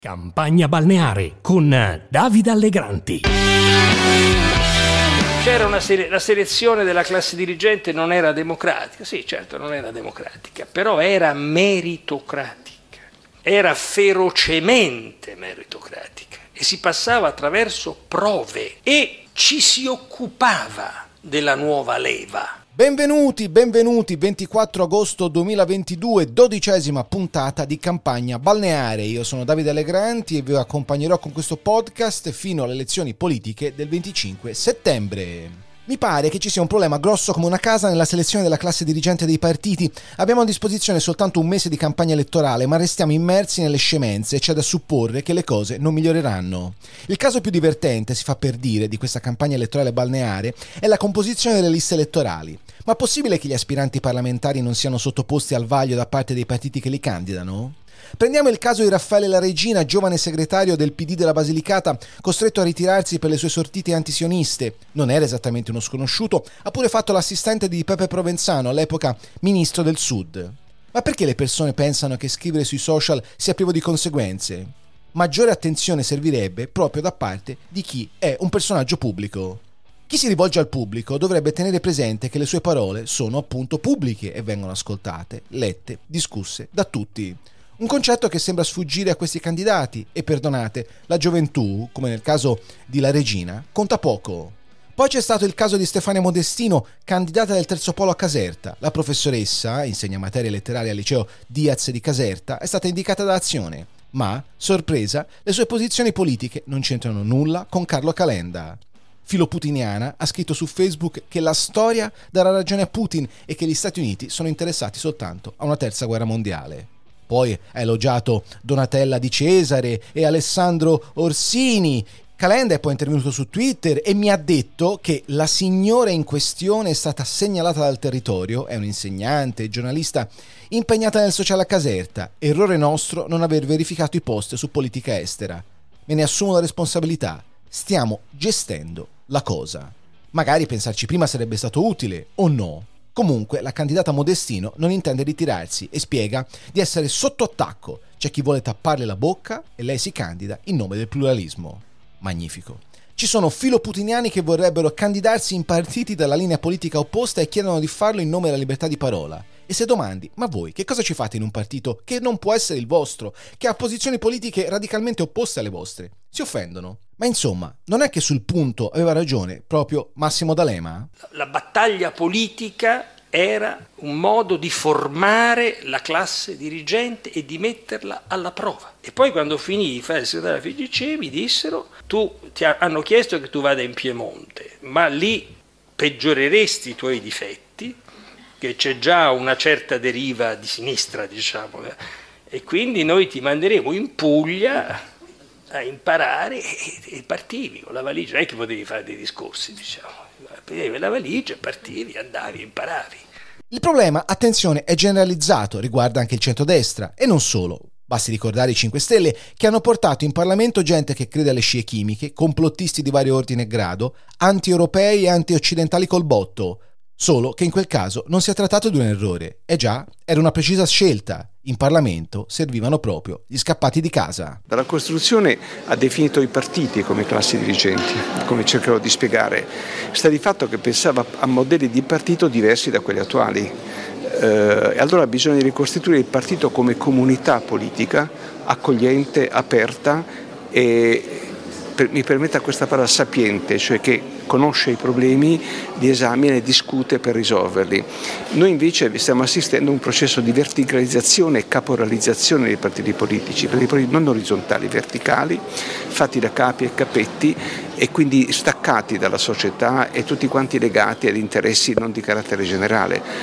Campagna balneare con Davide Allegranti. C'era la selezione della classe dirigente non era democratica, sì certo non era democratica, però era meritocratica, era ferocemente meritocratica e si passava attraverso prove e ci si occupava della nuova leva. Benvenuti, 24 agosto 2022, 12ª puntata di Campagna balneare. Io sono Davide Allegranti e vi accompagnerò con questo podcast fino alle elezioni politiche del 25 settembre. Mi pare che ci sia un problema grosso come una casa nella selezione della classe dirigente dei partiti. Abbiamo a disposizione soltanto un mese di campagna elettorale, ma restiamo immersi nelle scemenze e c'è da supporre che le cose non miglioreranno. Il caso più divertente, si fa per dire, di questa campagna elettorale balneare è la composizione delle liste elettorali. Ma è possibile che gli aspiranti parlamentari non siano sottoposti al vaglio da parte dei partiti che li candidano? Prendiamo il caso di Raffaele La Regina, giovane segretario del PD della Basilicata, costretto a ritirarsi per le sue sortite antisioniste. Non era esattamente uno sconosciuto, ha pure fatto l'assistente di Pepe Provenzano, all'epoca ministro del Sud. Ma perché le persone pensano che scrivere sui social sia privo di conseguenze? Maggiore attenzione servirebbe proprio da parte di chi è un personaggio pubblico. Chi si rivolge al pubblico dovrebbe tenere presente che le sue parole sono appunto pubbliche e vengono ascoltate, lette, discusse da tutti. Un concetto che sembra sfuggire a questi candidati e, perdonate, la gioventù, come nel caso di La Regina, conta poco. Poi c'è stato il caso di Stefania Modestino, candidata del Terzo Polo a Caserta. La professoressa, insegna materie letterarie al liceo Diaz di Caserta, è stata indicata da Azione. Ma, sorpresa, le sue posizioni politiche non c'entrano nulla con Carlo Calenda. Filoputiniana ha scritto su Facebook che la storia darà ragione a Putin e che gli Stati Uniti sono interessati soltanto a una terza guerra mondiale. Poi ha elogiato Donatella Di Cesare e Alessandro Orsini. Calenda è poi intervenuto su Twitter e mi ha detto che la signora in questione è stata segnalata dal territorio, è un'insegnante, giornalista impegnata nel sociale a Caserta. Errore nostro non aver verificato i post su politica estera. Me ne assumo la responsabilità. Stiamo gestendo la cosa. Magari pensarci prima sarebbe stato utile, o no? Comunque, la candidata Modestino non intende ritirarsi e spiega di essere sotto attacco. C'è chi vuole tapparle la bocca e lei si candida in nome del pluralismo. Magnifico. Ci sono filoputiniani che vorrebbero candidarsi in partiti dalla linea politica opposta e chiedono di farlo in nome della libertà di parola. E se domandi, ma voi che cosa ci fate in un partito che non può essere il vostro, che ha posizioni politiche radicalmente opposte alle vostre? Si offendono. Ma insomma, non è che sul punto aveva ragione proprio Massimo D'Alema? La battaglia politica era un modo di formare la classe dirigente e di metterla alla prova. E poi quando finì di fare il segretario della FIGC mi dissero: hanno chiesto che tu vada in Piemonte, ma lì peggioreresti i tuoi difetti, che c'è già una certa deriva di sinistra, diciamo, e quindi noi ti manderemo in Puglia a imparare e partivi con la valigia. Non è che potevi fare dei discorsi, diciamo, prendevi la valigia, partivi, andavi, imparavi. Il problema, attenzione, è generalizzato, riguarda anche il centrodestra e non solo. Basti ricordare i 5 Stelle che hanno portato in Parlamento gente che crede alle scie chimiche, complottisti di vario ordine e grado, anti-europei e anti-occidentali col botto. Solo che in quel caso non si è trattato di un errore. Già, era una precisa scelta. In Parlamento servivano proprio gli scappati di casa. Dalla Costituzione ha definito i partiti come classi dirigenti, come cercherò di spiegare. Sta di fatto che pensava a modelli di partito diversi da quelli attuali. E allora bisogna ricostituire il partito come comunità politica, accogliente, aperta e mi permetta questa parola sapiente, cioè che conosce i problemi, li esamina e discute per risolverli. Noi invece stiamo assistendo a un processo di verticalizzazione e caporalizzazione dei partiti politici non orizzontali, verticali, fatti da capi e capetti e quindi staccati dalla società e tutti quanti legati ad interessi non di carattere generale.